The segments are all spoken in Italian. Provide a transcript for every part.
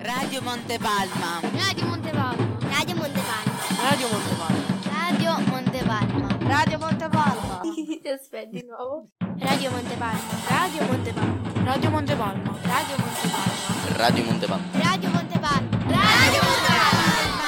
Radio Montepalma. Radio Montepalma. Radio Montepalma. Radio Montepalma. Radio Montepalma. Radio Montepalma. Aspetta di nuovo. Radio Montepalma. Radio Montepalma. Radio Montepalma. Radio Montepalma. Radio Montepalma. Radio Montepalma. Radio Montepalma.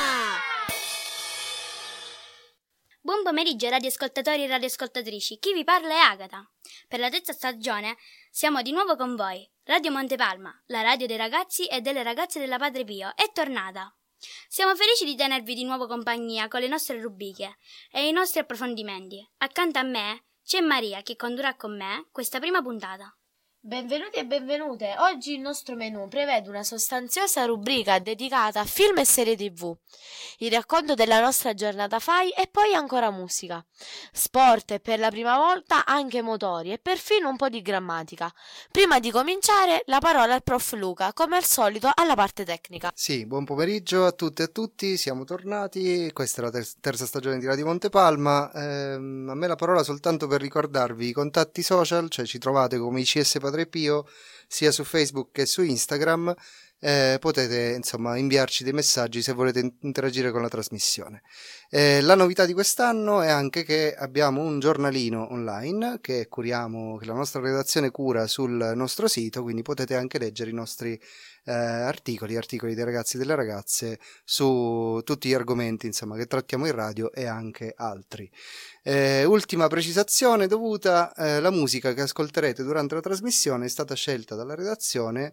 Buon pomeriggio radioascoltatori e radioascoltatrici, chi vi parla è Agata. Per la terza stagione siamo di nuovo con voi. Radio Montepalma, la radio dei ragazzi e delle ragazze della Padre Pio, è tornata. Siamo felici di tenervi di nuovo compagnia con le nostre rubriche e i nostri approfondimenti. Accanto a me c'è Maria che condurrà con me questa prima puntata. Benvenuti e benvenute. Oggi il nostro menù prevede una sostanziosa rubrica dedicata a film e serie TV, il racconto della nostra giornata FAI e poi ancora musica, sport e per la prima volta anche motori e perfino un po' di grammatica. Prima di cominciare la parola al prof Luca, come al solito alla parte tecnica. Sì, buon pomeriggio a tutte e a tutti, siamo tornati, questa è la terza stagione di Radio Montepalma. A me la parola soltanto per ricordarvi i contatti social, cioè ci trovate come ICS Padre Pio sia su Facebook che su Instagram. Potete insomma inviarci dei messaggi se volete interagire con la trasmissione. La novità di quest'anno è anche che abbiamo un giornalino online che la nostra redazione cura sul nostro sito, quindi potete anche leggere i nostri articoli dei ragazzi e delle ragazze su tutti gli argomenti insomma che trattiamo in radio e anche altri. Ultima precisazione dovuta, la musica che ascolterete durante la trasmissione è stata scelta dalla redazione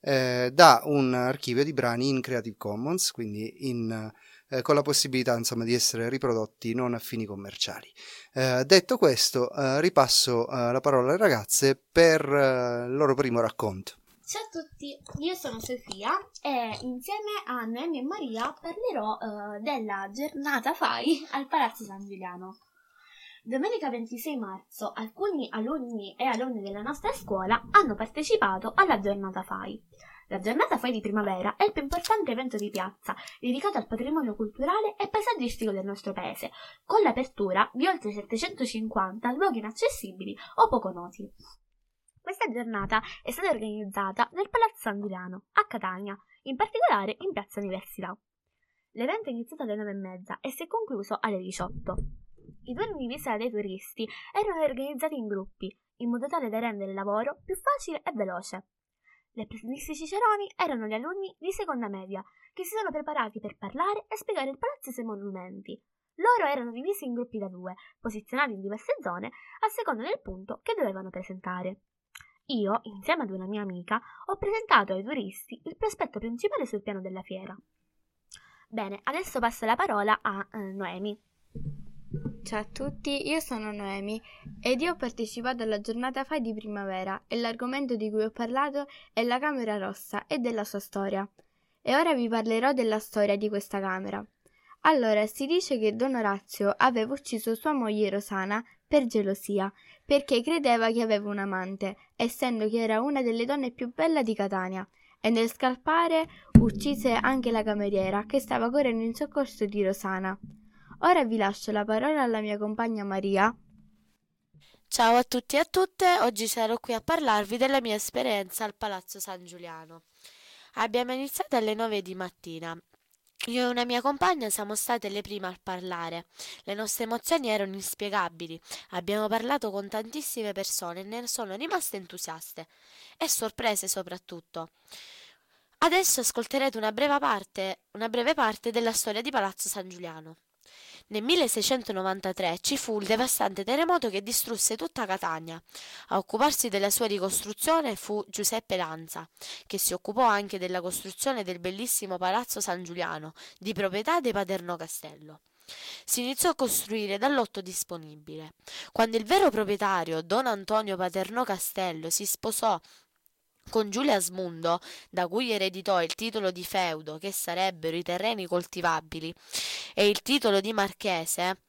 da un archivio di brani in Creative Commons, quindi con la possibilità insomma di essere riprodotti non a fini commerciali. Detto questo, ripasso la parola alle ragazze per il loro primo racconto. Ciao a tutti, io sono Sofia e insieme a Noemi e Maria parlerò della giornata FAI al Palazzo San Giuliano. Domenica 26 marzo alcuni alunni e alunne della nostra scuola hanno partecipato alla giornata FAI. La giornata FAI di primavera è il più importante evento di piazza dedicato al patrimonio culturale e paesaggistico del nostro paese, con l'apertura di oltre 750 luoghi inaccessibili o poco noti. Questa giornata è stata organizzata nel Palazzo San Giuliano, a Catania, in particolare in Piazza Università. L'evento è iniziato alle 9:30 e si è concluso alle 18. I turni di visita dei turisti erano organizzati in gruppi, in modo tale da rendere il lavoro più facile e veloce. Le protagonisti ciceroni erano gli alunni di seconda media, che si sono preparati per parlare e spiegare il palazzo e i suoi monumenti. Loro erano divisi in gruppi da 2, posizionati in diverse zone, a seconda del punto che dovevano presentare. Io, insieme ad una mia amica, ho presentato ai turisti il prospetto principale sul piano della fiera. Bene, adesso passo la parola a Noemi. Ciao a tutti, io sono Noemi ed io ho partecipato alla giornata FAI di primavera e l'argomento di cui ho parlato è la Camera Rossa e della sua storia. E ora vi parlerò della storia di questa camera. Allora, si dice che Don Orazio aveva ucciso sua moglie Rosana per gelosia, perché credeva che aveva un amante, essendo che era una delle donne più belle di Catania, e nel scappare uccise anche la cameriera che stava correndo in soccorso di Rosana. Ora vi lascio la parola alla mia compagna Maria. Ciao a tutti e a tutte, oggi sarò qui a parlarvi della mia esperienza al Palazzo San Giuliano. Abbiamo iniziato alle 9 di mattina. Io e una mia compagna siamo state le prime a parlare. Le nostre emozioni erano inspiegabili. Abbiamo parlato con tantissime persone e ne sono rimaste entusiaste e sorprese soprattutto. Adesso ascolterete una breve parte della storia di Palazzo San Giuliano. Nel 1693 ci fu il devastante terremoto che distrusse tutta Catania. A occuparsi della sua ricostruzione fu Giuseppe Lanza, che si occupò anche della costruzione del bellissimo Palazzo San Giuliano, di proprietà dei Paternò Castello. Si iniziò a costruire dal lotto disponibile. Quando il vero proprietario, Don Antonio Paternò Castello, si sposò con Giulia Asmundo, da cui ereditò il titolo di feudo, che sarebbero i terreni coltivabili, e il titolo di marchese,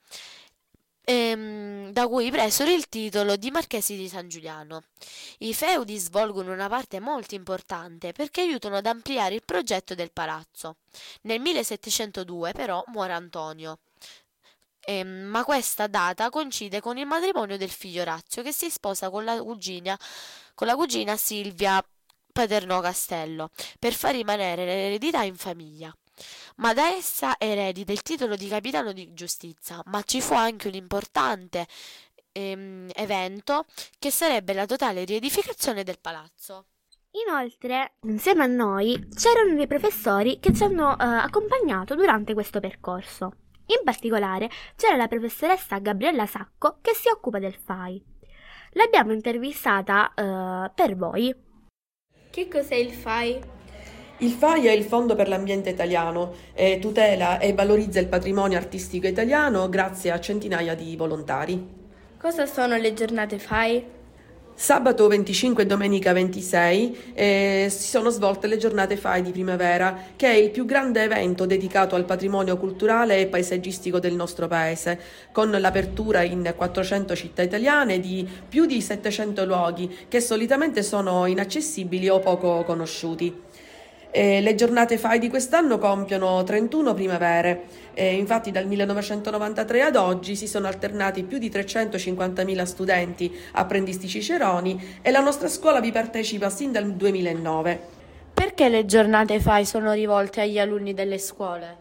da cui presero il titolo di Marchesi di San Giuliano. I feudi svolgono una parte molto importante perché aiutano ad ampliare il progetto del palazzo. Nel 1702 però muore Antonio, ma questa data coincide con il matrimonio del figlio Orazio, che si sposa con la cugina Silvia, paternò castello, per far rimanere l'eredità in famiglia. Ma da essa eredita il titolo di capitano di giustizia, ma ci fu anche un importante evento che sarebbe la totale riedificazione del palazzo. Inoltre, insieme a noi, c'erano dei professori che ci hanno accompagnato durante questo percorso. In particolare, c'era la professoressa Gabriella Sacco che si occupa del FAI. L'abbiamo intervistata per voi. Che cos'è il FAI? Il FAI è il Fondo per l'Ambiente Italiano e tutela e valorizza il patrimonio artistico italiano grazie a centinaia di volontari. Cosa sono le giornate FAI? Sabato 25 e domenica 26 si sono svolte le giornate FAI di primavera, che è il più grande evento dedicato al patrimonio culturale e paesaggistico del nostro paese, con l'apertura in 400 città italiane di più di 700 luoghi che solitamente sono inaccessibili o poco conosciuti. Le giornate FAI di quest'anno compiono 31 primavere, infatti dal 1993 ad oggi si sono alternati più di 350.000 studenti apprendisti ciceroni e la nostra scuola vi partecipa sin dal 2009. Perché le giornate FAI sono rivolte agli alunni delle scuole?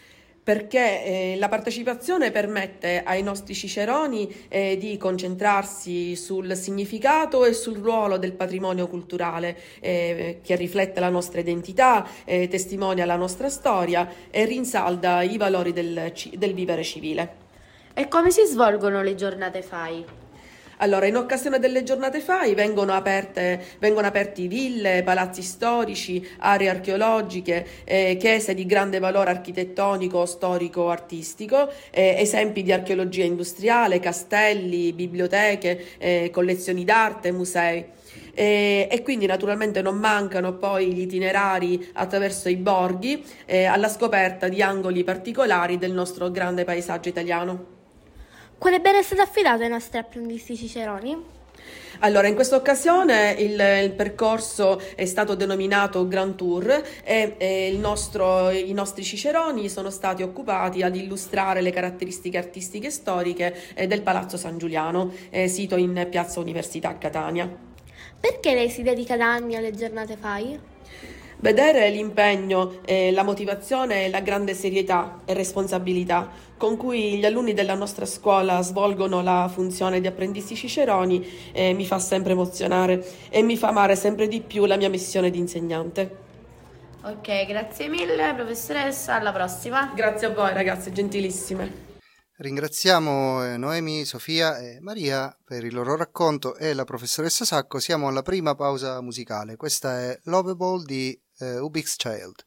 Perché la partecipazione permette ai nostri ciceroni di concentrarsi sul significato e sul ruolo del patrimonio culturale che riflette la nostra identità, testimonia la nostra storia e rinsalda i valori del vivere civile. E come si svolgono le giornate FAI? Allora, in occasione delle giornate FAI vengono aperti ville, palazzi storici, aree archeologiche, chiese di grande valore architettonico, storico, artistico, esempi di archeologia industriale, castelli, biblioteche, collezioni d'arte, musei. E quindi naturalmente non mancano poi gli itinerari attraverso i borghi alla scoperta di angoli particolari del nostro grande paesaggio italiano. Quale bene è stato affidato ai nostri apprendisti ciceroni? Allora, in questa occasione il percorso è stato denominato Grand Tour e i nostri ciceroni sono stati occupati ad illustrare le caratteristiche artistiche e storiche del Palazzo San Giuliano, sito in Piazza Università a Catania. Perché lei si dedica da anni alle giornate FAI? Vedere l'impegno, la motivazione e la grande serietà e responsabilità con cui gli alunni della nostra scuola svolgono la funzione di apprendisti ciceroni mi fa sempre emozionare e mi fa amare sempre di più la mia missione di insegnante. Ok, grazie mille professoressa, alla prossima. Grazie a voi ragazze, gentilissime. Ringraziamo Noemi, Sofia e Maria per il loro racconto e la professoressa Sacco. Siamo alla prima pausa musicale. Questa è Lovable di Ubix Child.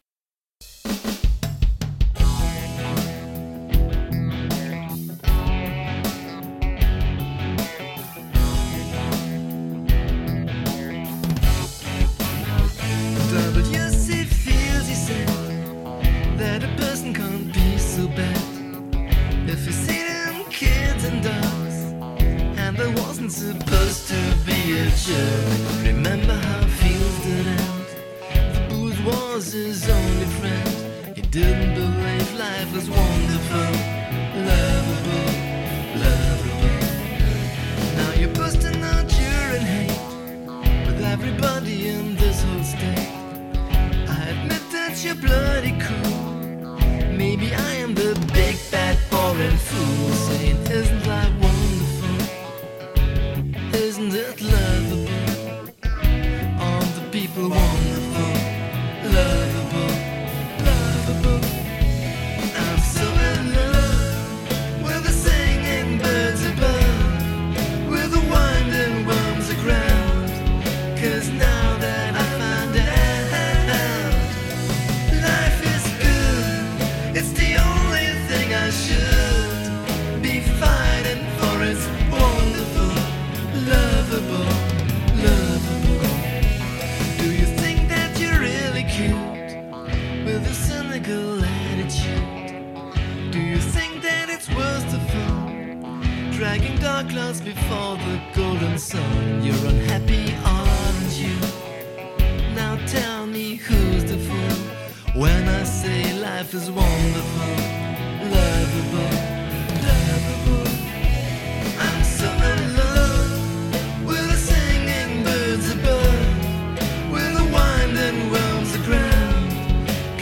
WC feels, he said, that a person can't be so bad. If you see them kids and dogs, and there wasn't supposed to be a joke. Remember how Fields did end? The booze was his only friend. He didn't believe life was wonderful, lovable, lovable. Now you're busting out your hate with everybody in this whole state. I admit that you're bloody cool. Maybe I am the big bad boring fool saying, isn't life wonderful? Isn't it lovable? Aren't the people wonderful? Lovable, lovable. I'm so in love with the singing birds above, with the winding worms aground. 'Cause now that I find out life is good, it's the only thing I should be fighting for. It's wonderful, lovable, lovable. Do you think that you're really cute with a cynical attitude? Do you think that it's worth the fun dragging dark clouds before the golden sun? You're unhappy, aren't you? Now tell me who's the fool when I say life is wonderful, lovable, lovable. I'm so in love with the singing birds above, with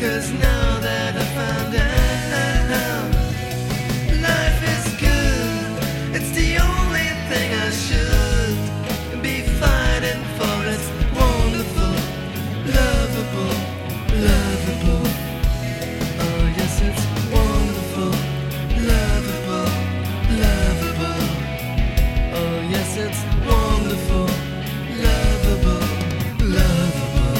'cause now that I found out life is good, it's the only thing I should be fighting for. It's wonderful, lovable, lovable. Oh yes, it's wonderful, lovable, lovable. Oh yes, it's wonderful, lovable, lovable.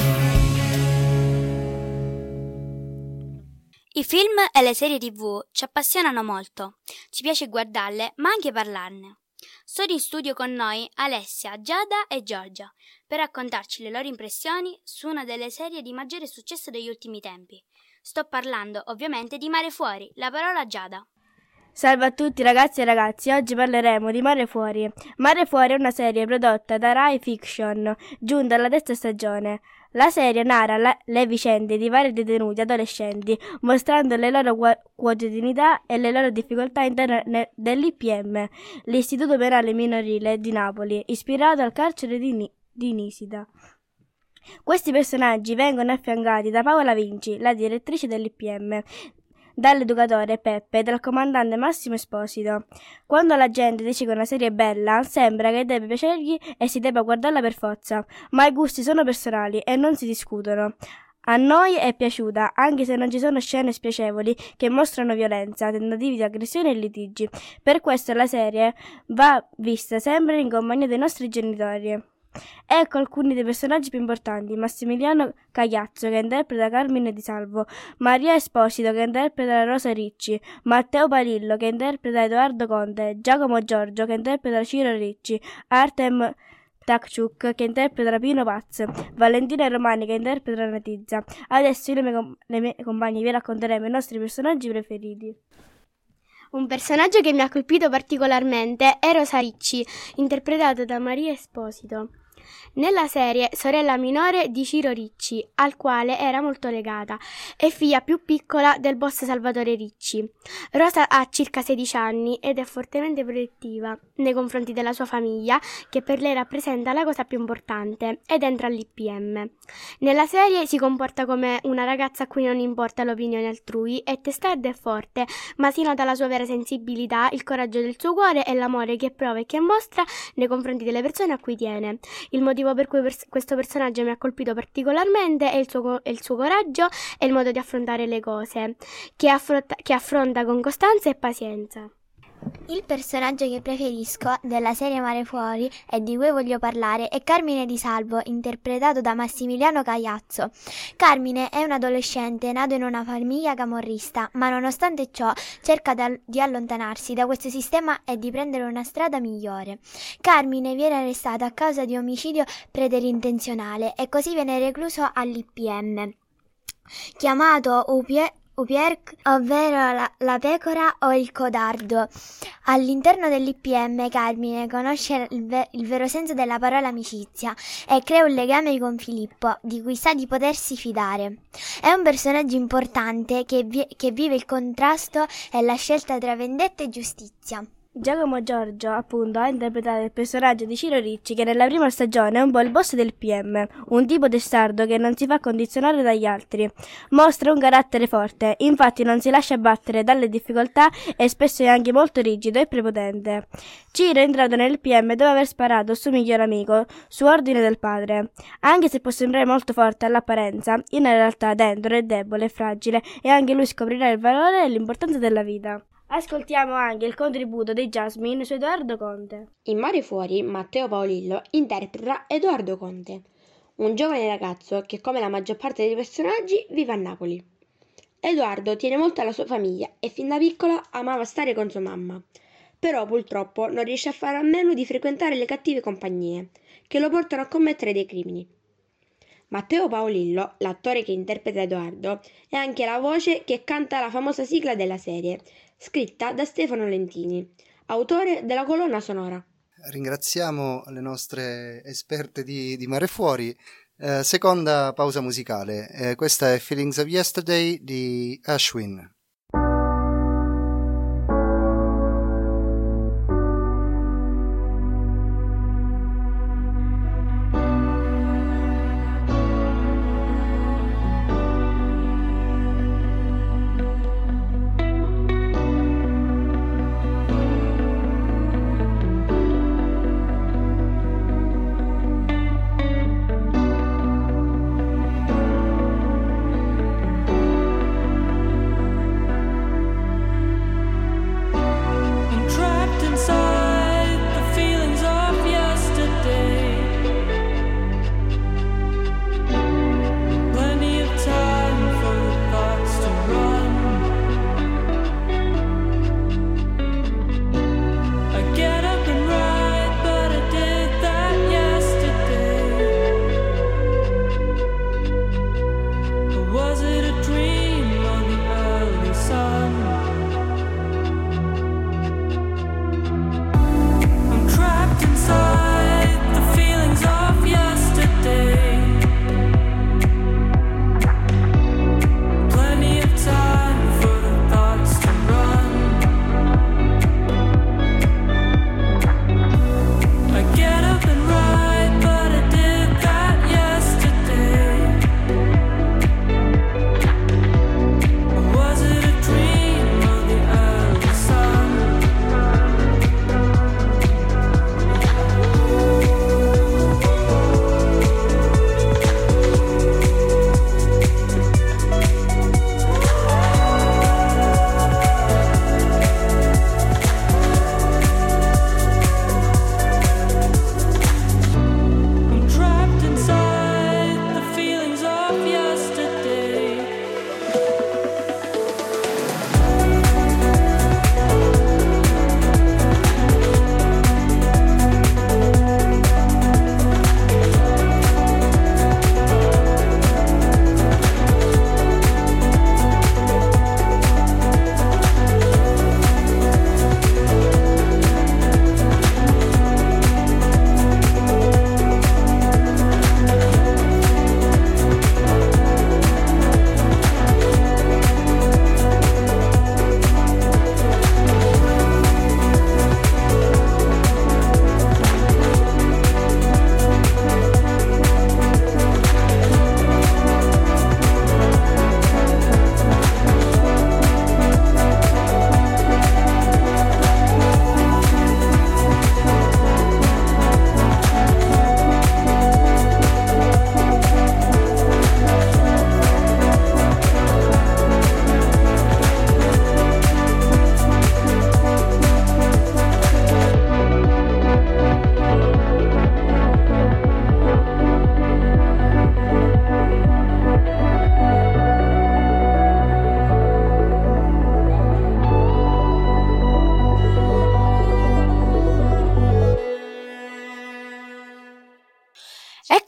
I film e le serie TV ci appassionano molto, ci piace guardarle ma anche parlarne. Sono in studio con noi Alessia, Giada e Giorgia per raccontarci le loro impressioni su una delle serie di maggiore successo degli ultimi tempi. Sto parlando ovviamente di Mare Fuori, la parola a Giada. Salve a tutti ragazzi e ragazzi, oggi parleremo di Mare Fuori. Mare Fuori è una serie prodotta da Rai Fiction, giunta alla 10ª stagione. La serie narra le vicende di vari detenuti adolescenti, mostrando le loro quotidianità e le loro difficoltà interne dell'IPM, l'Istituto Penale Minorile di Napoli, ispirato al carcere di Nisida. Questi personaggi vengono affiancati da Paola Vinci, la direttrice dell'IPM, dall'educatore Peppe e dal comandante Massimo Esposito. Quando la gente dice che una serie è bella, sembra che debba piacergli e si debba guardarla per forza, ma i gusti sono personali e non si discutono. A noi è piaciuta, anche se non ci sono scene spiacevoli che mostrano violenza, tentativi di aggressione e litigi. Per questo la serie va vista sempre in compagnia dei nostri genitori. Ecco alcuni dei personaggi più importanti: Massimiliano Cagliazzo, che interpreta Carmine Di Salvo, Maria Esposito, che interpreta Rosa Ricci, Matteo Palillo, che interpreta Edoardo Conte, Giacomo Giorgio, che interpreta Ciro Ricci, Artem Takchuk, che interpreta Pino Paz, Valentina Romani, che interpreta Natizza. Adesso io e le mie compagne vi racconteremo i nostri personaggi preferiti. Un personaggio che mi ha colpito particolarmente è Rosa Ricci, interpretata da Maria Esposito. Nella serie, sorella minore di Ciro Ricci, al quale era molto legata, e figlia più piccola del boss Salvatore Ricci. Rosa ha circa 16 anni ed è fortemente protettiva nei confronti della sua famiglia, che per lei rappresenta la cosa più importante, ed entra all'IPM. Nella serie si comporta come una ragazza a cui non importa l'opinione altrui, è testarda e forte, ma si nota la sua vera sensibilità, il coraggio del suo cuore e l'amore che prova e che mostra nei confronti delle persone a cui tiene. Il motivo per cui questo personaggio mi ha colpito particolarmente è il suo coraggio e il modo di affrontare le cose, che affronta con costanza e pazienza. Il personaggio che preferisco della serie Mare Fuori e di cui voglio parlare è Carmine Di Salvo, interpretato da Massimiliano Cagliazzo. Carmine è un adolescente nato in una famiglia camorrista, ma nonostante ciò cerca di allontanarsi da questo sistema e di prendere una strada migliore. Carmine viene arrestato a causa di omicidio preterintenzionale e così viene recluso all'IPM, chiamato Upierk, ovvero la pecora o il codardo. All'interno dell'IPM Carmine conosce il vero senso della parola amicizia e crea un legame con Filippo, di cui sa di potersi fidare. È un personaggio importante che vive il contrasto e la scelta tra vendetta e giustizia. Giacomo Giorgio, appunto, ha interpretato il personaggio di Ciro Ricci, che nella prima stagione è un po' il boss del PM, un tipo testardo che non si fa condizionare dagli altri. Mostra un carattere forte, infatti non si lascia battere dalle difficoltà e spesso è anche molto rigido e prepotente. Ciro è entrato nel PM dopo aver sparato al suo migliore amico, su ordine del padre. Anche se può sembrare molto forte all'apparenza, in realtà dentro è debole e fragile e anche lui scoprirà il valore e l'importanza della vita. Ascoltiamo anche il contributo di Jasmine su Edoardo Conte. In Mare Fuori, Matteo Paolillo interpreta Edoardo Conte, un giovane ragazzo che, come la maggior parte dei personaggi, vive a Napoli. Edoardo tiene molto alla sua famiglia e fin da piccolo amava stare con sua mamma, però purtroppo non riesce a fare a meno di frequentare le cattive compagnie, che lo portano a commettere dei crimini. Matteo Paolillo, l'attore che interpreta Edoardo, è anche la voce che canta la famosa sigla della serie, scritta da Stefano Lentini, autore della colonna sonora. Ringraziamo le nostre esperte di Mare Fuori. Seconda pausa musicale. Questa è Feelings of Yesterday di Ashwin.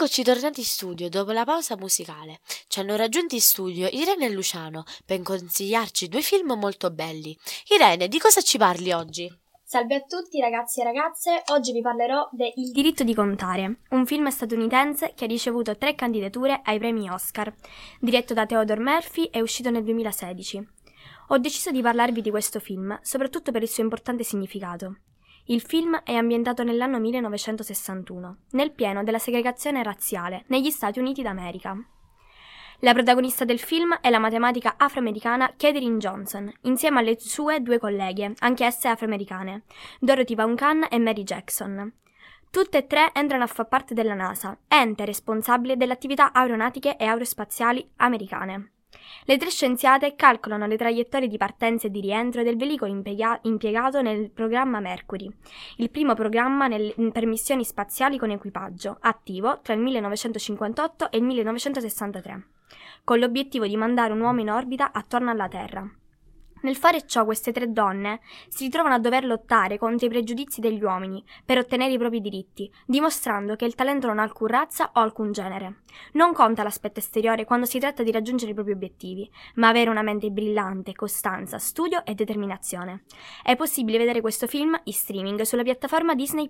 eccoci tornati in studio dopo la pausa musicale. Ci hanno raggiunti in studio Irene e Luciano per consigliarci 2 film molto belli. Irene, di cosa ci parli oggi? Salve a tutti ragazzi e ragazze, oggi vi parlerò de Il diritto di contare, un film statunitense che ha ricevuto 3 candidature ai premi Oscar, diretto da Theodore Murphy e uscito nel 2016. Ho deciso di parlarvi di questo film, soprattutto per il suo importante significato. Il film è ambientato nell'anno 1961, nel pieno della segregazione razziale negli Stati Uniti d'America. La protagonista del film è la matematica afroamericana Katherine Johnson, insieme alle sue 2 colleghe, anch'esse afroamericane, Dorothy Vaughan e Mary Jackson. Tutte e 3 entrano a far parte della NASA, ente responsabile delle attività aeronautiche e aerospaziali americane. Le 3 scienziate calcolano le traiettorie di partenza e di rientro del velivolo impiegato nel programma Mercury, il primo programma per missioni spaziali con equipaggio, attivo tra il 1958 e il 1963, con l'obiettivo di mandare un uomo in orbita attorno alla Terra. Nel fare ciò, queste 3 donne si ritrovano a dover lottare contro i pregiudizi degli uomini per ottenere i propri diritti, dimostrando che il talento non ha alcun razza o alcun genere. Non conta l'aspetto esteriore quando si tratta di raggiungere i propri obiettivi, ma avere una mente brillante, costanza, studio e determinazione. È possibile vedere questo film in streaming sulla piattaforma Disney+.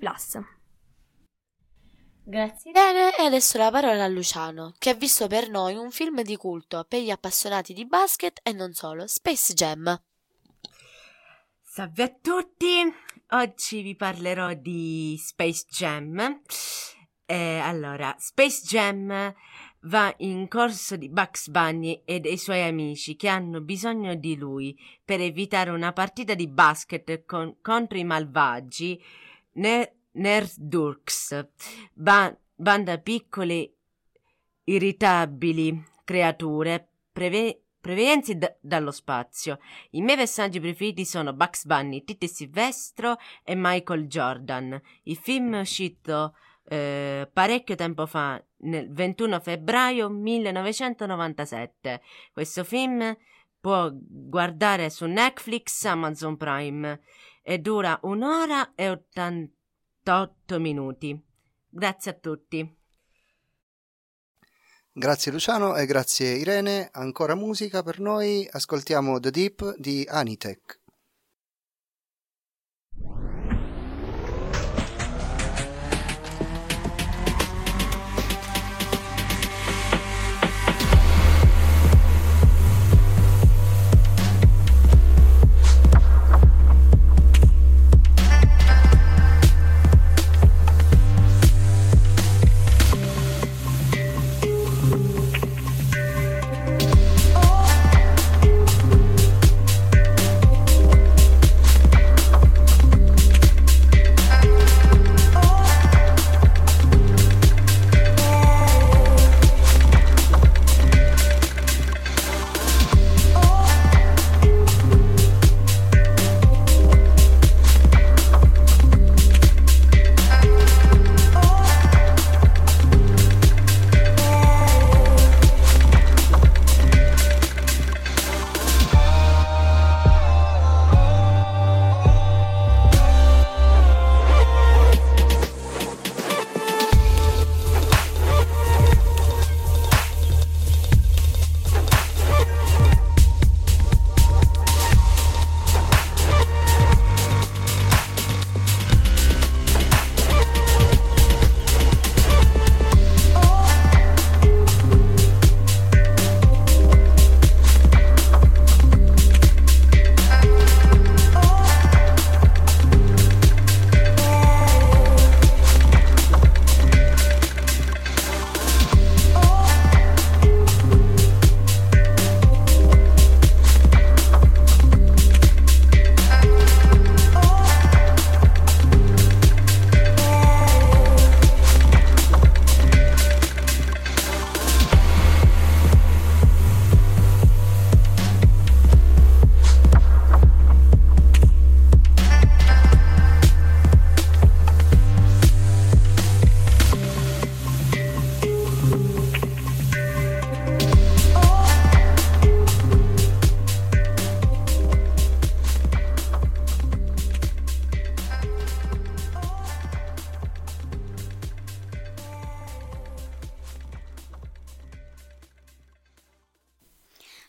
Grazie Irene, e adesso la parola a Luciano, che ha visto per noi un film di culto per gli appassionati di basket e non solo, Space Jam. Salve a tutti, oggi vi parlerò di Space Jam. Allora, Space Jam va in corso di Bugs Bunny e dei suoi amici che hanno bisogno di lui per evitare una partita di basket contro i malvagi Nerdurks, banda piccole irritabili creature provenienti dallo spazio. I miei personaggi preferiti sono Bugs Bunny, Tito Silvestro e Michael Jordan. Il film è uscito parecchio tempo fa, nel 21 febbraio 1997. Questo film può guardare su Netflix, Amazon Prime e dura 1 ora e 88 minuti. Grazie a tutti. Grazie Luciano e grazie Irene. Ancora musica per noi. Ascoltiamo The Deep di Anitech.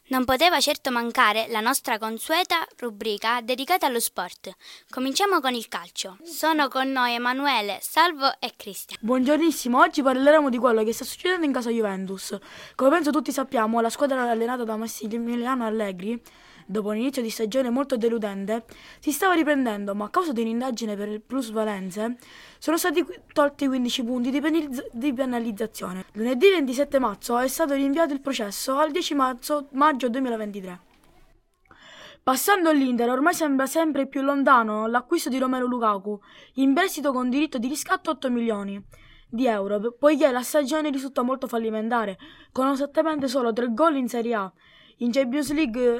Non poteva certo mancare la nostra consueta rubrica dedicata allo sport. Cominciamo con il calcio. Sono con noi Emanuele, Salvo e Cristian. Buongiornissimo, oggi parleremo di quello che sta succedendo in casa Juventus. Come penso tutti sappiamo, la squadra allenata da Massimiliano Allegri, dopo un inizio di stagione molto deludente, si stava riprendendo, ma a causa di un'indagine per plusvalenze sono stati tolti 15 punti di penalizzazione. Lunedì 27 marzo è stato rinviato il processo al 10 maggio 2023. Passando all'Inter, ormai sembra sempre più lontano l'acquisto di Romelu Lukaku, in prestito con diritto di riscatto 8 milioni di euro, poiché la stagione risulta molto fallimentare, con esattamente solo 3 gol in Serie A. In Champions League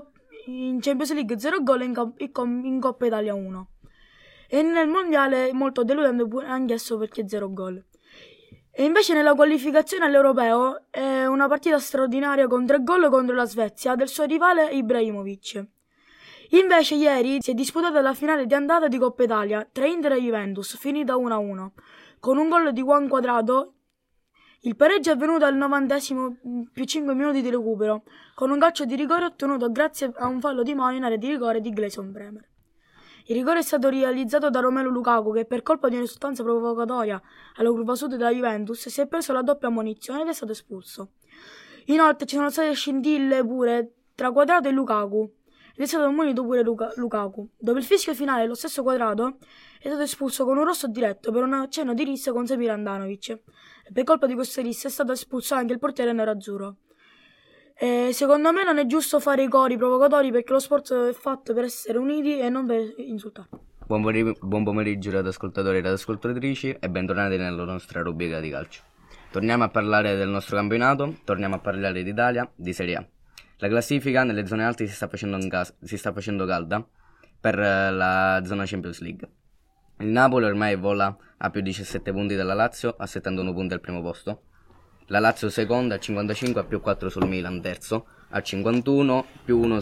0 gol e in Coppa Italia 1. E nel mondiale molto deludente anch'esso perché 0 gol. E invece nella qualificazione all'Europeo è una partita straordinaria con 3 gol contro la Svezia del suo rivale Ibrahimovic. Invece ieri si è disputata la finale di andata di Coppa Italia tra Inter e Juventus, finita 1-1, con un gol di Juan Cuadrado. Il pareggio è avvenuto al 90° più 5 minuti di recupero, con un calcio di rigore ottenuto grazie a un fallo di mano in area di rigore di Gleison Bremer. Il rigore è stato realizzato da Romelu Lukaku, che per colpa di una sostanza provocatoria alla curva sud della Juventus si è preso la doppia ammonizione ed è stato espulso. Inoltre ci sono state scintille pure tra Cuadrado e Lukaku, ed è stato ammonito pure Lukaku. Dopo il fischio finale lo stesso Cuadrado è stato espulso con un rosso diretto per un accenno di rissa con Samir Handanovic. E per colpa di questa rissa è stato espulso anche il portiere nerazzurro. Secondo me non è giusto fare i cori provocatori, perché lo sport è fatto per essere uniti e non per insultare. Buon pomeriggio radioascoltatori e radioascoltatrici e bentornati nella nostra rubrica di calcio. Torniamo a parlare del nostro campionato, torniamo a parlare d'Italia, di Serie A. La classifica nelle zone alte si sta facendo calda per la zona Champions League. Il Napoli ormai vola a più 17 punti dalla Lazio, a 71 punti al primo posto. La Lazio seconda a 55, a più 4 sul Milan terzo, a 51, più 1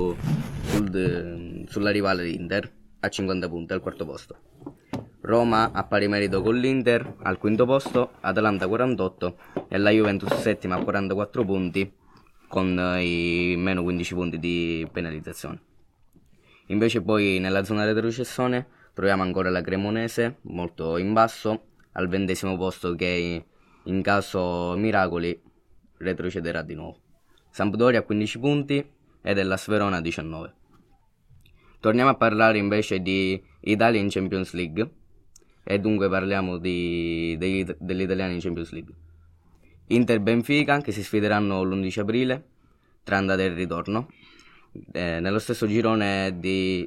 sulla rivale Inter, a 50 punti al quarto posto. Roma a pari merito con l'Inter, al quinto posto, Atalanta 48 e la Juventus settima a 44 punti, con i meno 15 punti di penalizzazione. Invece poi nella zona retrocessione troviamo ancora la Cremonese, molto in basso, al 20° posto, che in caso miracoli retrocederà di nuovo. Sampdoria a 15 punti ed Hellas Verona a 19. Torniamo a parlare invece di Italia in Champions League e dunque parliamo degli italiani in Champions League. Inter Benfica, che si sfideranno l'11 aprile tra andata e ritorno, nello stesso girone di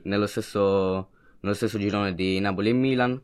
Napoli e Milan,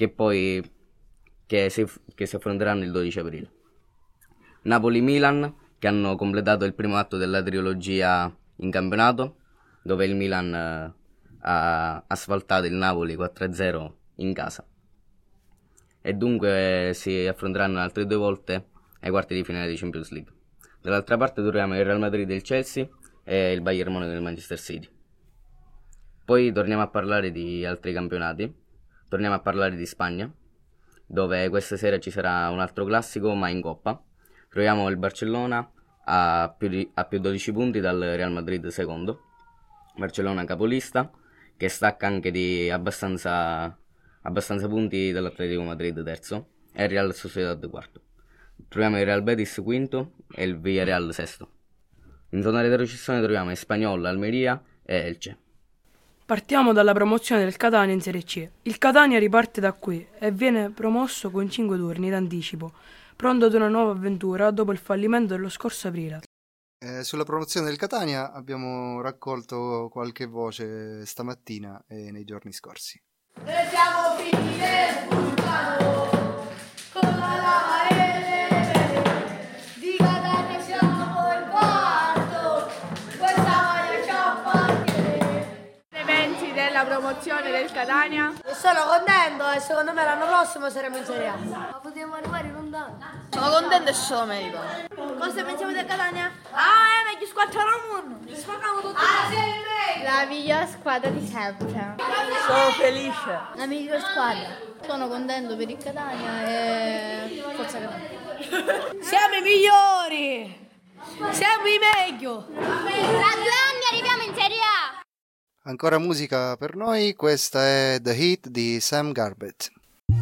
che si affronteranno il 12 aprile. Napoli-Milan, che hanno completato il primo atto della trilogia in campionato, dove il Milan ha asfaltato il Napoli 4-0 in casa. E dunque si affronteranno altre 2 volte ai quarti di finale di Champions League. Dall'altra parte troviamo il Real Madrid del Chelsea e il Bayern Monaco del Manchester City. Poi torniamo a parlare di altri campionati, torniamo a parlare di Spagna, dove questa sera ci sarà un altro classico, ma in Coppa. Troviamo il Barcellona a più 12 punti dal Real Madrid secondo, Barcellona capolista, che stacca anche di abbastanza punti dall'Atletico Madrid terzo, e il Real Sociedad quarto. Troviamo il Real Betis quinto e il Villarreal sesto. In zona retrocessione troviamo Espanyol, Almeria e Elche. Partiamo dalla promozione del Catania in Serie C. Il Catania riparte da qui e viene promosso con 5 turni d'anticipo, pronto ad una nuova avventura dopo il fallimento dello scorso aprile. Sulla promozione del Catania abbiamo raccolto qualche voce stamattina e nei giorni scorsi. Noi siamo figli del vulcano, con la lava e le vele, di Catania siamo il quarto, questa maglia ci appartiene. Che pensi della promozione del Catania? Sono contento e secondo me l'anno prossimo saremo in Serie A. Ma potremmo arrivare lontano. Sono contento e sono merito. Cosa pensiamo del Catania? Meglio squarciare al mondo. Ci spacchiamo tutti. La miglior squadra di sempre. Sono felice. La miglior squadra. Sono contento per il Catania e forza Catania. Siamo i migliori. Siamo i meglio. Tra 2 anni arriviamo in Serie A. Ancora musica per noi, questa è The Heat di Sam Garbett.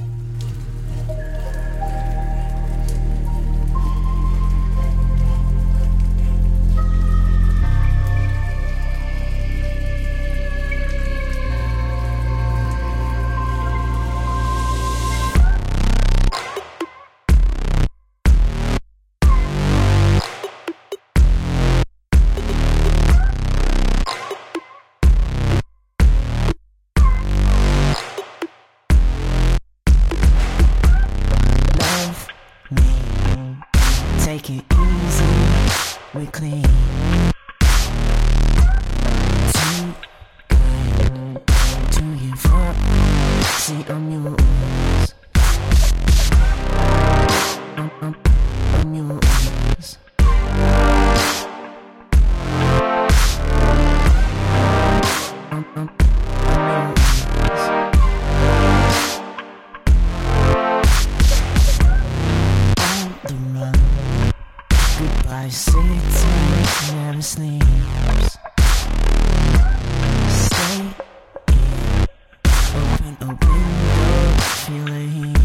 Take it easy, we're clean. Too good to give up. See, I'm yours. I'm yours. I'm Goodbye city never sleeps. Stay in, open a window, feel the heat.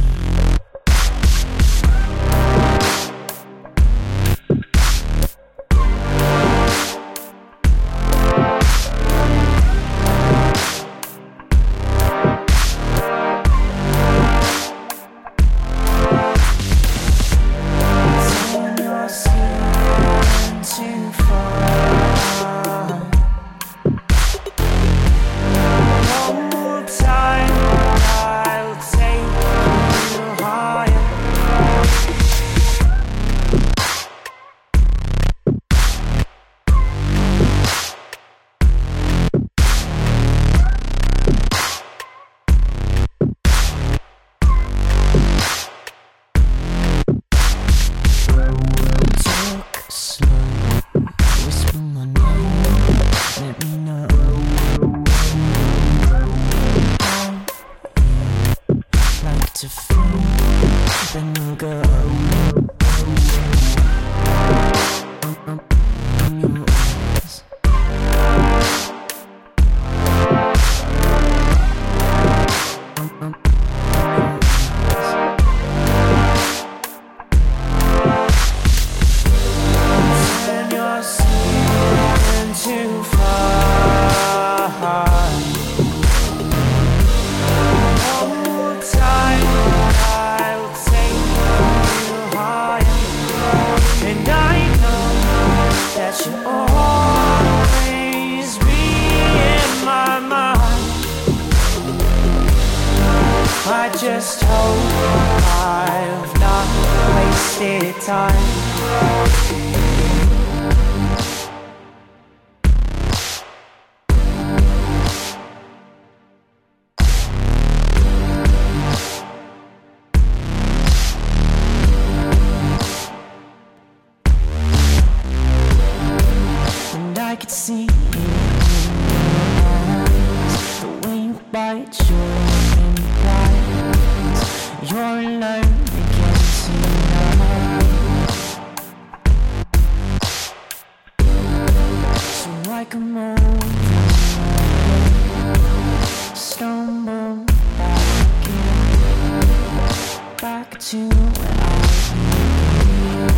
just hope I've not wasted time. And I could see it in your eyes, the way you bite your implies. You're alone again tonight. So I come over, stumble back again, back to where I began.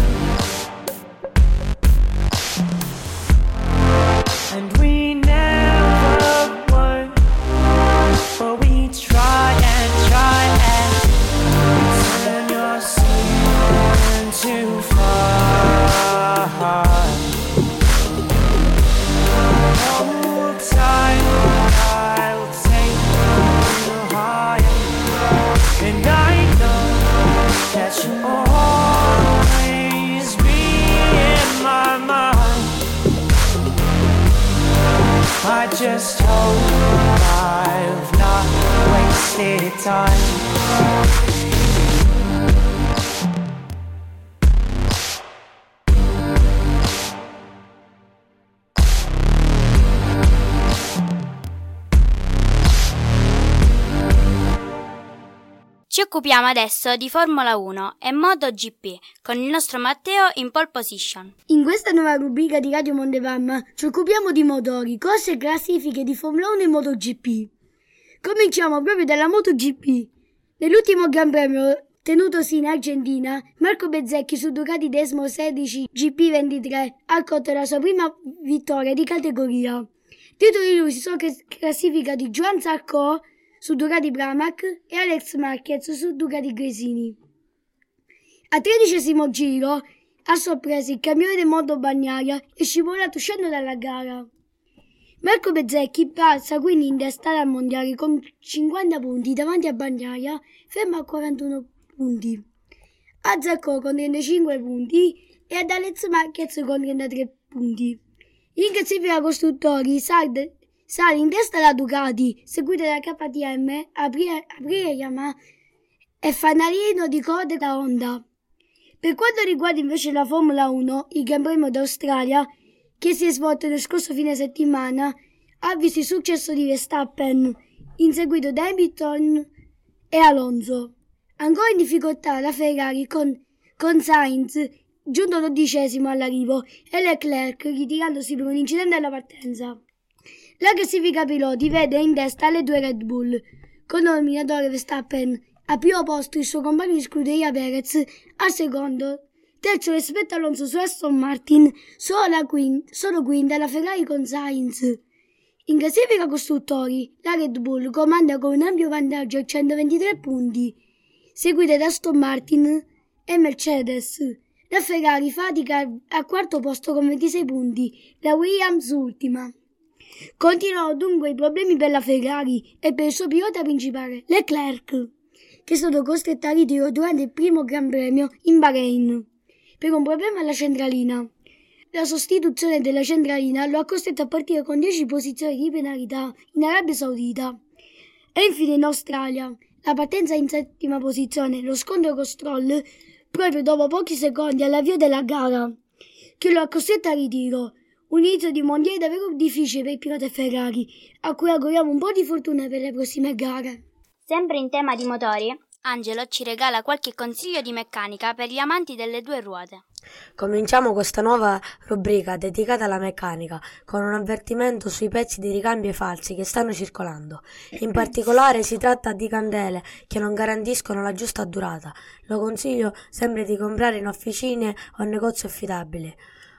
And we never would, but we try and turn your sin too far. Hold tight, I'll take you higher. And I know that you'll always be in my mind. I just hope I've not wasted time. Ci occupiamo adesso di Formula 1 e MotoGP con il nostro Matteo in pole position. In questa nuova rubrica di Radio Montepalma ci occupiamo di motori, corse e classifiche di Formula 1 e MotoGP. Cominciamo proprio dalla MotoGP. Nell'ultimo Gran Premio tenutosi in Argentina, Marco Bezzecchi su Ducati Desmo 16 GP23 ha accolto la sua prima vittoria di categoria. Dietro di lui si sono classificati Joan Zarco su Ducati Pramac e Alex Marquez su Ducati Gresini. Al 13° giro ha sorpreso il campione del mondo Bagnaia e scivolato uscendo dalla gara. Marco Bezzecchi passa quindi in testa al mondiale con 50 punti davanti a Bagnaia, fermo a 41 punti, a Zarco con 35 punti e ad Alex Marquez con 33 punti. In classifica costruttori sale in testa la Ducati, seguita da KTM, Aprilia Yamaha e fanalino di coda da Honda. Per quanto riguarda invece la Formula 1, il Gran Premio d'Australia, che si è svolto lo scorso fine settimana, ha visto il successo di Verstappen, inseguito da Hamilton e Alonso. Ancora in difficoltà la Ferrari con Sainz, giunto 12° all'arrivo, e Leclerc ritirandosi per un incidente alla partenza. La classifica piloti vede in testa le due Red Bull, con il dominatore Verstappen al primo posto, il suo compagno di scuderia Perez al secondo, terzo rispetto a Alonso su Aston Martin, solo quinta la Ferrari con Sainz. In classifica costruttori, la Red Bull comanda con un ampio vantaggio a 123 punti, seguita da Aston Martin e Mercedes. La Ferrari fatica al quarto posto con 26 punti, la Williams ultima. Continuano dunque i problemi per la Ferrari e per il suo pilota principale, Leclerc, che è stato costretto a ritiro durante il primo Gran Premio in Bahrain per un problema alla centralina. La sostituzione della centralina lo ha costretto a partire con 10 posizioni di penalità in Arabia Saudita. E infine in Australia, la partenza in 7ª posizione, lo scontro con Stroll proprio dopo pochi secondi all'avvio della gara, che lo ha costretto a ritiro. Un inizio di mondiale davvero difficile per il pilota Ferrari, a cui auguriamo un po' di fortuna per le prossime gare. Sempre in tema di motori, Angelo ci regala qualche consiglio di meccanica per gli amanti delle due ruote. Cominciamo questa nuova rubrica dedicata alla meccanica con un avvertimento sui pezzi di ricambio falsi che stanno circolando. In particolare si tratta di candele che non garantiscono la giusta durata. Lo consiglio sempre di comprare in officine o negozi affidabili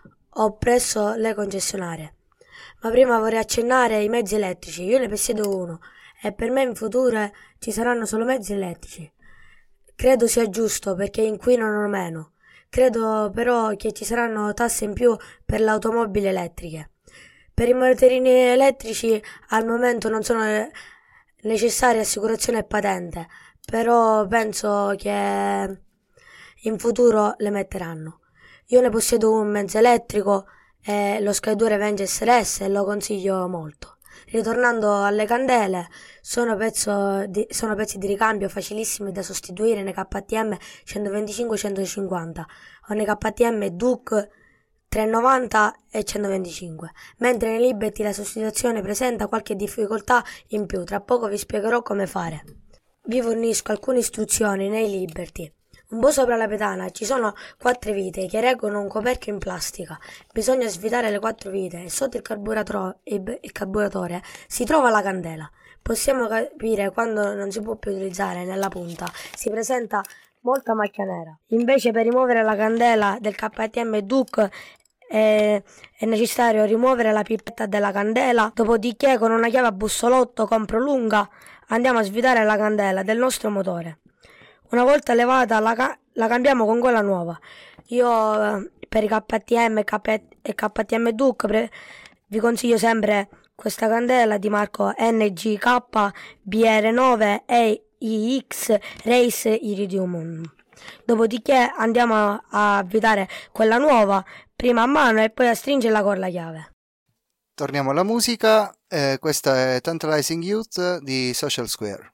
o presso le concessionarie. Ma prima vorrei accennare ai mezzi elettrici. Io ne possiedo uno e per me in futuro ci saranno solo mezzi elettrici. Credo sia giusto perché inquinano meno. Credo però che ci saranno tasse in più per le automobili elettriche. Per i motorini elettrici al momento non sono necessarie assicurazione e patente, però penso che in futuro le metteranno. Io ne possiedo un mezzo elettrico e lo Sky Revenge SRS e lo consiglio molto. Ritornando alle candele, sono pezzi di ricambio facilissimi da sostituire nei KTM 125-150 o nei KTM Duke 390 e 125, mentre nei Liberty la sostituzione presenta qualche difficoltà in più. Tra poco vi spiegherò come fare. Vi fornisco alcune istruzioni nei Liberty. Un po' sopra la pedana ci sono 4 vite che reggono un coperchio in plastica. Bisogna svitare le 4 vite e sotto il carburatore si trova la candela. Possiamo capire quando non si può più utilizzare. Nella punta si presenta molta macchia nera. Invece per rimuovere la candela del KTM Duke è necessario rimuovere la pipetta della candela, dopodiché con una chiave a bussolotto comprolunga andiamo a svitare la candela del nostro motore. Una volta levata la cambiamo con quella nuova. Io per i KTM e KTM Duke vi consiglio sempre questa candela di marco NGK BR9 EIX Race Iridium. Dopodiché andiamo a avvitare quella nuova prima a mano e poi a stringerla con la chiave. Torniamo alla musica, questa è Tantalizing Youth di Social Square.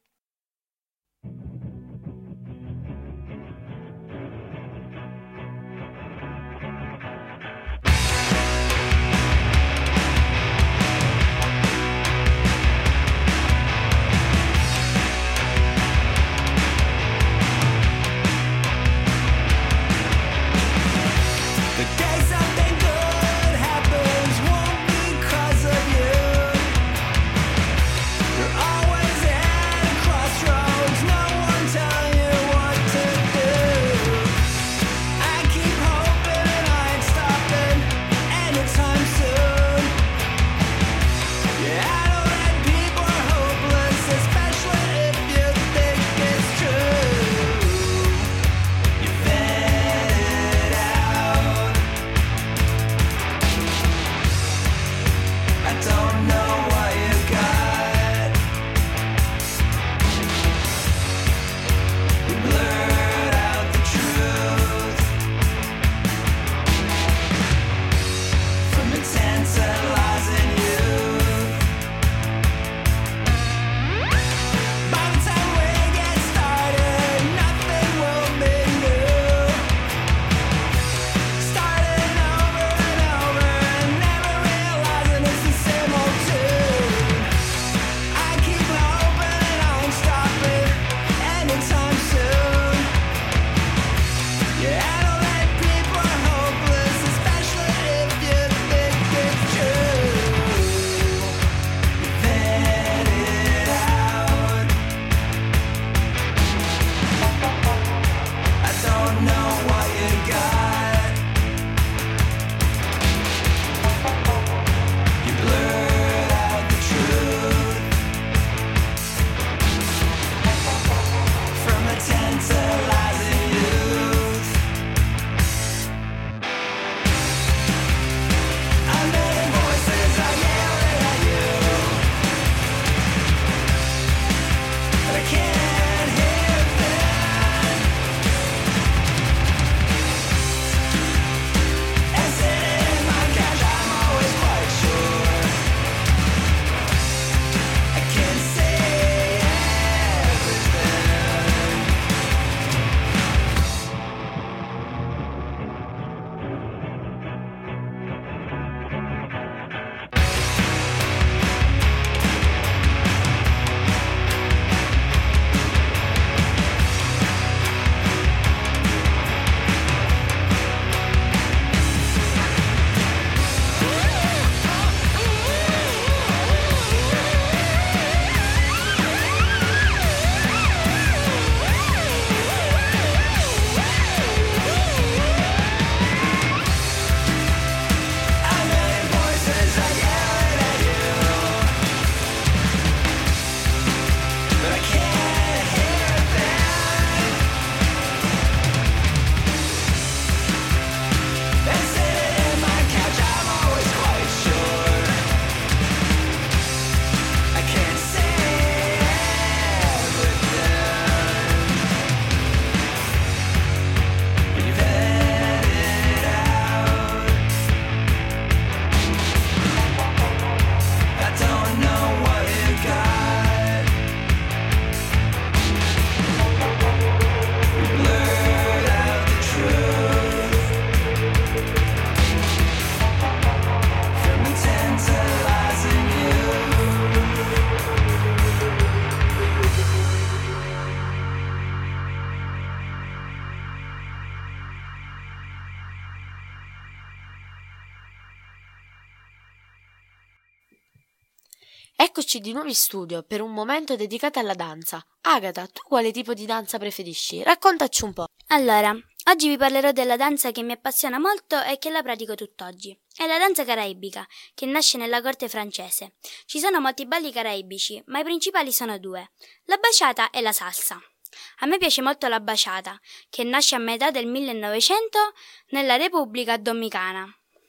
Eccoci di nuovo in studio per un momento dedicato alla danza. Agata, tu quale tipo di danza preferisci? Raccontaci un po'. Allora, oggi vi parlerò della danza che mi appassiona molto e che la pratico tutt'oggi. È la danza caraibica, che nasce nella corte francese. Ci sono molti balli caraibici, ma i principali sono due, la baciata e la salsa. A me piace molto la baciata, che nasce a metà del 1900 nella Repubblica Dominicana.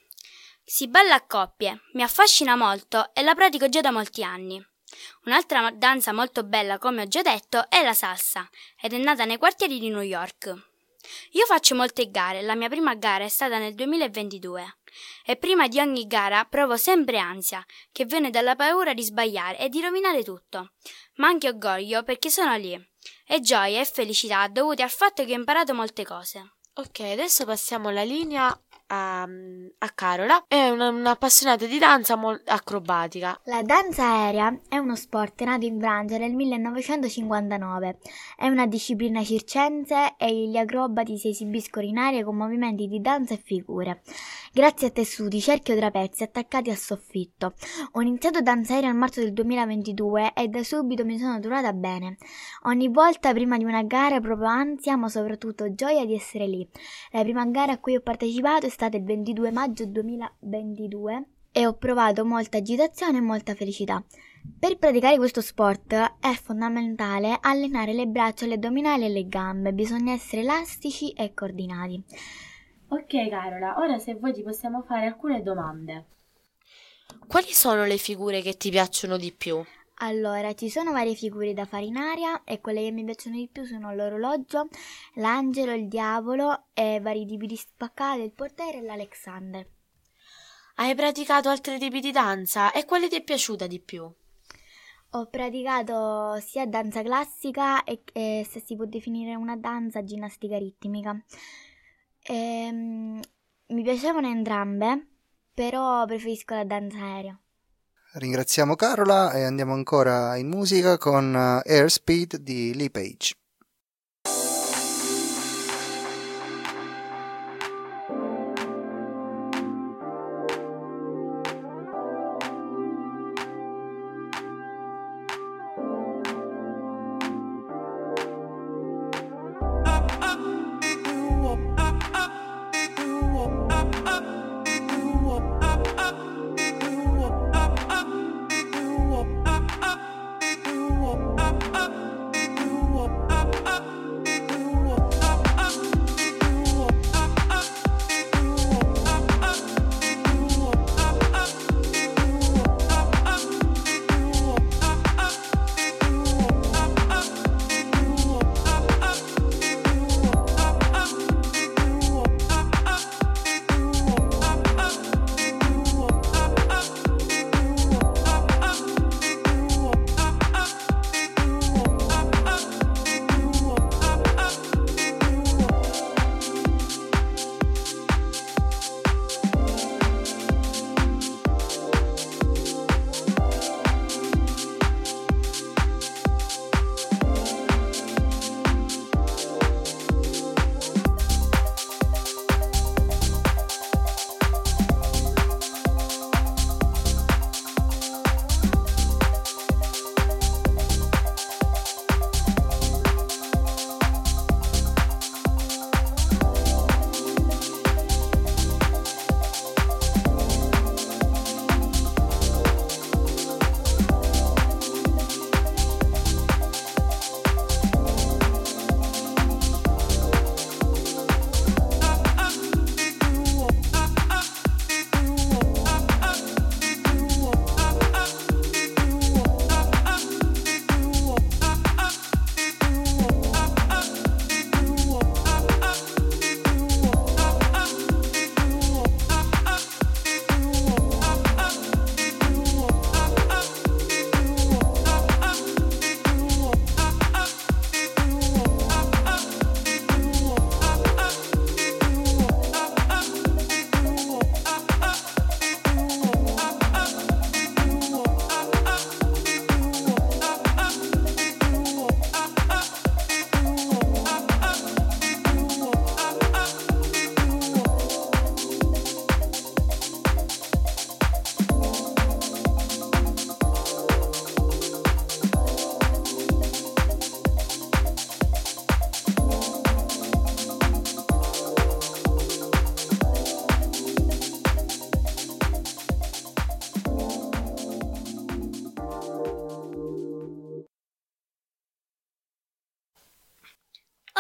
Si balla a coppie, mi affascina molto e la pratico già da molti anni. Un'altra danza molto bella, come ho già detto, è la salsa, ed è nata nei quartieri di New York. Io faccio molte gare, la mia prima gara è stata nel 2022 e prima di ogni gara provo sempre ansia, che viene dalla paura di sbagliare e di rovinare tutto, ma anche orgoglio perché sono lì, e gioia e felicità dovute al fatto che ho imparato molte cose. Ok, adesso passiamo la linea a Carola, è un'appassionata di danza acrobatica. La danza aerea è uno sport nato in Francia nel 1959. È una disciplina circense e gli acrobati si esibiscono in aria con movimenti di danza e figure, grazie a tessuti, cerchi o trapezi attaccati al soffitto. Ho iniziato danza aerea nel marzo del 2022 e da subito mi sono trovata bene. Ogni volta prima di una gara provo ansia, ma soprattutto gioia di essere lì. La prima gara a cui ho partecipato è stata il 22 maggio 2022 e ho provato molta agitazione e molta felicità. Per praticare questo sport è fondamentale allenare le braccia, le addominali e le gambe, bisogna essere elastici e coordinati. Ok Carola, ora se vuoi ti possiamo fare alcune domande. Quali sono le figure che ti piacciono di più? Allora, ci sono varie figure da fare in aria e quelle che mi piacciono di più sono l'orologio, l'angelo, il diavolo e vari tipi di spaccate, il portiere e l'Alexander. Hai praticato altri tipi di danza e quale ti è piaciuta di più? Ho praticato sia danza classica e se si può definire una danza, ginnastica ritmica. Mi piacevano entrambe, però preferisco la danza aerea. Ringraziamo Carola e andiamo ancora in musica con Airspeed di Lee Page. Whoa.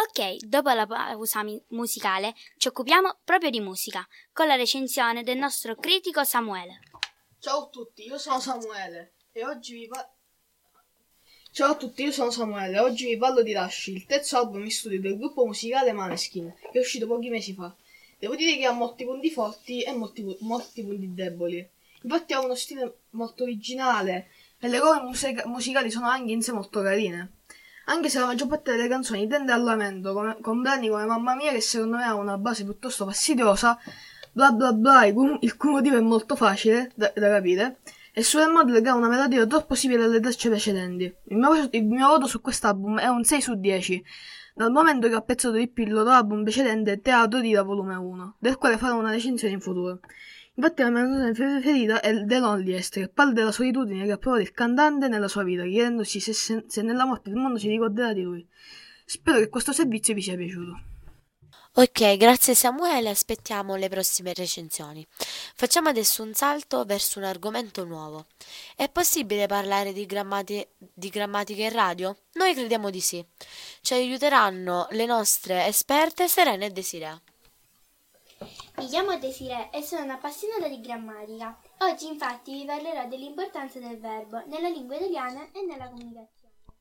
Ok, dopo la pausa musicale ci occupiamo proprio di musica, con la recensione del nostro critico Samuele. Ciao a tutti, io sono Samuele e oggi vi Ciao a tutti, io sono Samuele e oggi vi parlo di Rush, il terzo album in studio del gruppo musicale Maneskin, che è uscito pochi mesi fa. Devo dire che ha molti punti forti e molti punti deboli. Infatti ha uno stile molto originale e le cose musicali sono anche in sé molto carine. Anche se la maggior parte delle canzoni tende al lamento, con brani come Mamma Mia che secondo me ha una base piuttosto fastidiosa, Bla Bla Bla, il cui motivo è molto facile da capire, e Sulle Model ha una melodia troppo simile alle tracce precedenti. Il mio voto su quest'album è un 6 su 10, dal momento che ho apprezzato di più il loro album precedente Teatro di da volume 1, del quale farò una recensione in futuro. Infatti la mia canzone preferita è The Loneliest, che parla della solitudine che ha provato il cantante nella sua vita, chiedendosi se nella morte il mondo si ricorderà di lui. Spero che questo servizio vi sia piaciuto. Ok, grazie Samuele, aspettiamo le prossime recensioni. Facciamo adesso un salto verso un argomento nuovo. È possibile parlare di grammatica in radio? Noi crediamo di sì. Ci aiuteranno le nostre esperte Serena e Desiree. Mi chiamo Desiree e sono un'appassionata di grammatica. Oggi infatti vi parlerò dell'importanza del verbo nella lingua italiana e nella comunicazione.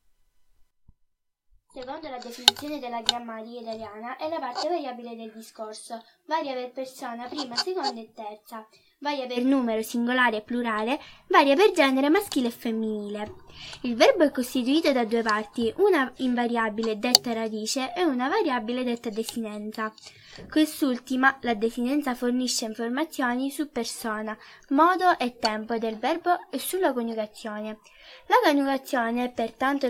Secondo la definizione della grammatica italiana è la parte variabile del discorso, varia per persona prima, seconda e terza, varia per numero singolare e plurale, varia per genere maschile e femminile. Il verbo è costituito da due parti, una invariabile detta radice e una variabile detta desinenza. Quest'ultima, la desinenza, fornisce informazioni su persona, modo e tempo del verbo e sulla coniugazione. La coniugazione è pertanto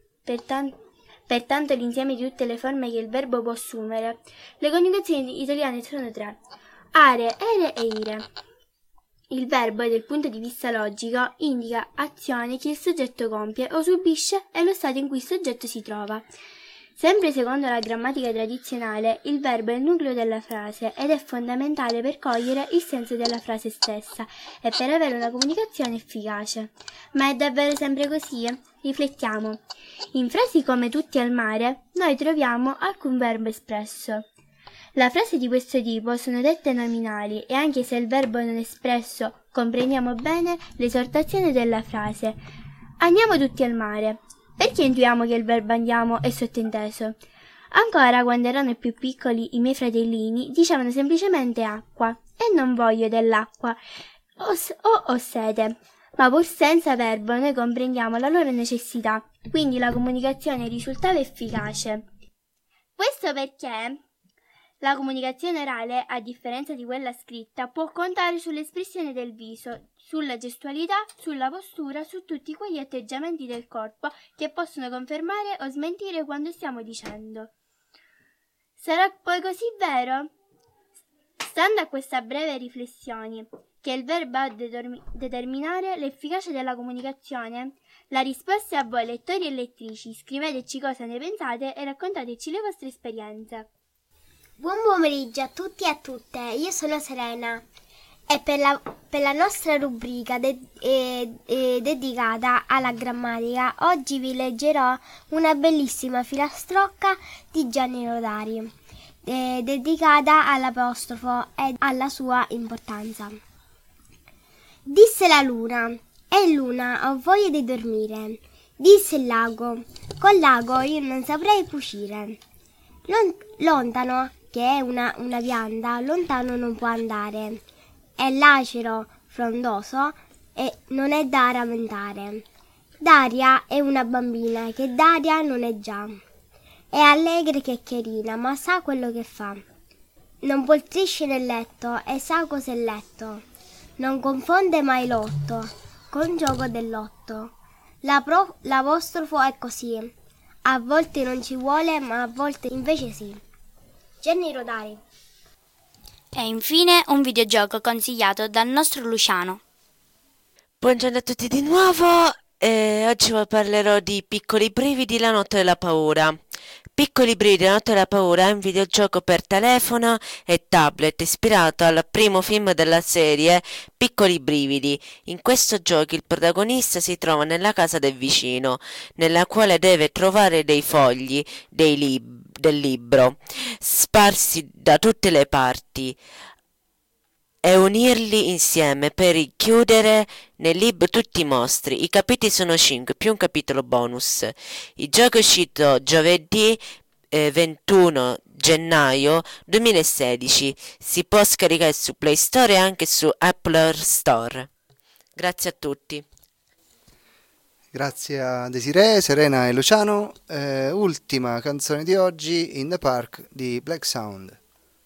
l'insieme di tutte le forme che il verbo può assumere. Le coniugazioni italiane sono tre: are, ere e ire. Il verbo, dal punto di vista logico, indica azioni che il soggetto compie o subisce e lo stato in cui il soggetto si trova. Sempre secondo la grammatica tradizionale, il verbo è il nucleo della frase ed è fondamentale per cogliere il senso della frase stessa e per avere una comunicazione efficace. Ma è davvero sempre così? Riflettiamo. In frasi come tutti al mare, noi troviamo alcun verbo espresso. Le frasi di questo tipo sono dette nominali e anche se il verbo non è espresso, comprendiamo bene l'esortazione della frase. Andiamo tutti al mare. Perché intuiamo che il verbo andiamo è sottinteso? Ancora, quando erano più piccoli, i miei fratellini dicevano semplicemente acqua e non voglio dell'acqua ho sete. Ma pur senza verbo noi comprendiamo la loro necessità, quindi la comunicazione risultava efficace. Questo perché la comunicazione orale, a differenza di quella scritta, può contare sull'espressione del viso, sulla gestualità, sulla postura, su tutti quegli atteggiamenti del corpo che possono confermare o smentire quanto stiamo dicendo. Sarà poi così vero? Stando a questa breve riflessione, che il verbo ha a determinare l'efficacia della comunicazione? La risposta è a voi, lettori e lettrici. Scriveteci cosa ne pensate e raccontateci le vostre esperienze. Buon pomeriggio a tutti e a tutte, io sono Serena e per la nostra rubrica dedicata alla grammatica oggi vi leggerò una bellissima filastrocca di Gianni Rodari dedicata all'apostrofo e alla sua importanza. Disse la luna: luna, ho voglia di dormire. Disse il lago: col lago io non saprei cucire. Lontano, che è una pianta, lontano non può andare. È lacero, frondoso e non è da rammentare. Daria è una bambina che d'aria non è già. È allegra e chiacchierina, ma sa quello che fa. Non poltrisce nel letto e sa cos'è letto. Non confonde mai l'otto con gioco dell'otto. L'apostrofo è così. A volte non ci vuole, ma a volte invece sì. Gianni Rodari. E infine un videogioco consigliato dal nostro Luciano. Buongiorno a tutti di nuovo. Oggi vi parlerò di Piccoli brividi, la notte della paura. Piccoli brividi, la notte della paura è un videogioco per telefono e tablet ispirato al primo film della serie Piccoli brividi. In questo gioco il protagonista si trova nella casa del vicino, nella quale deve trovare dei fogli del libro sparsi da tutte le parti e unirli insieme per chiudere nel libro tutti i mostri. I capitoli sono 5 più un capitolo bonus. Il gioco è uscito giovedì 21 gennaio 2016. Si può scaricare su Play Store e anche su Apple Store. Grazie a tutti. Grazie a Desiree, Serena e Luciano. Ultima canzone di oggi, In the Park di Black Sound.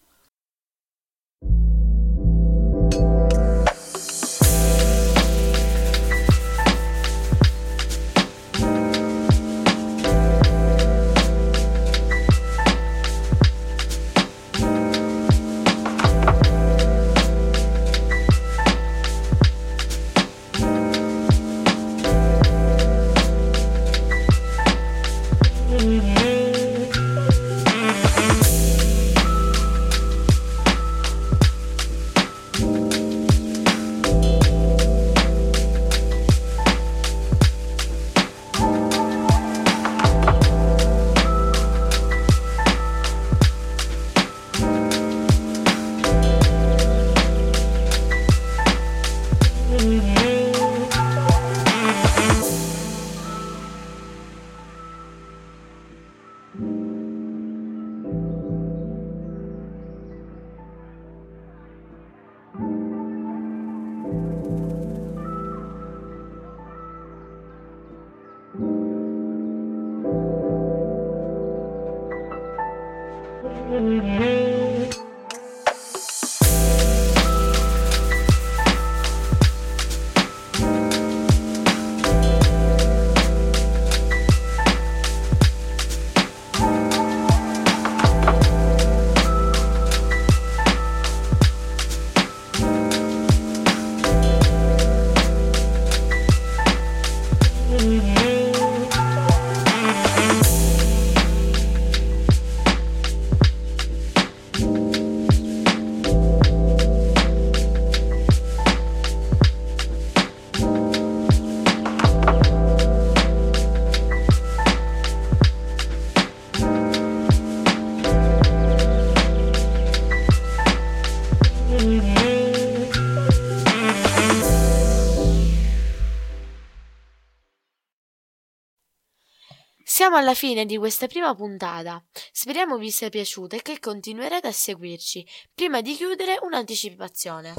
Siamo alla fine di questa prima puntata. Speriamo vi sia piaciuta e che continuerete a seguirci. Prima di chiudere, un'anticipazione.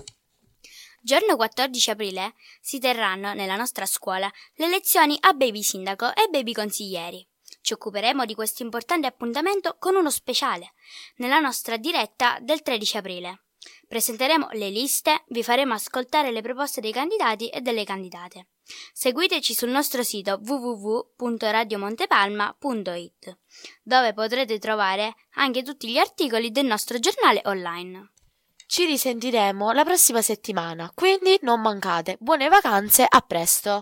Giorno 14 aprile si terranno nella nostra scuola le lezioni a baby sindaco e baby consiglieri. Ci occuperemo di questo importante appuntamento con uno speciale nella nostra diretta del 13 aprile. Presenteremo le liste, vi faremo ascoltare le proposte dei candidati e delle candidate. Seguiteci sul nostro sito www.radiomontepalma.it, dove potrete trovare anche tutti gli articoli del nostro giornale online. Ci risentiremo la prossima settimana, quindi non mancate. Buone vacanze, a presto!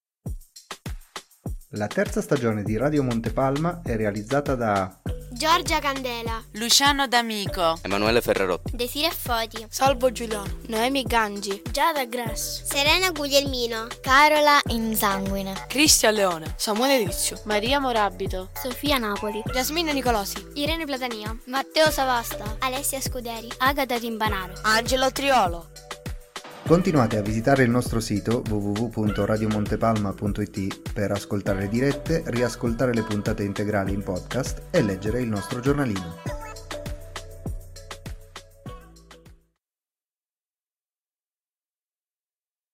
La terza stagione di Radio Montepalma è realizzata da Giorgia Candela, Luciano D'Amico, Emanuele Ferrarotti, Desiree Foti, Salvo Giuliano, Noemi Gangi, Giada Grass, Serena Guglielmino, Carola Insanguine, Cristian Leone, Samuele Rizio, Maria Morabito, Sofia Napoli, Giasmina Nicolosi, Irene Platania, Matteo Savasta, Alessia Scuderi, Agata Timpanaro, Angelo Triolo. Continuate a visitare il nostro sito www.radiomontepalma.it per ascoltare le dirette, riascoltare le puntate integrali in podcast e leggere il nostro giornalino.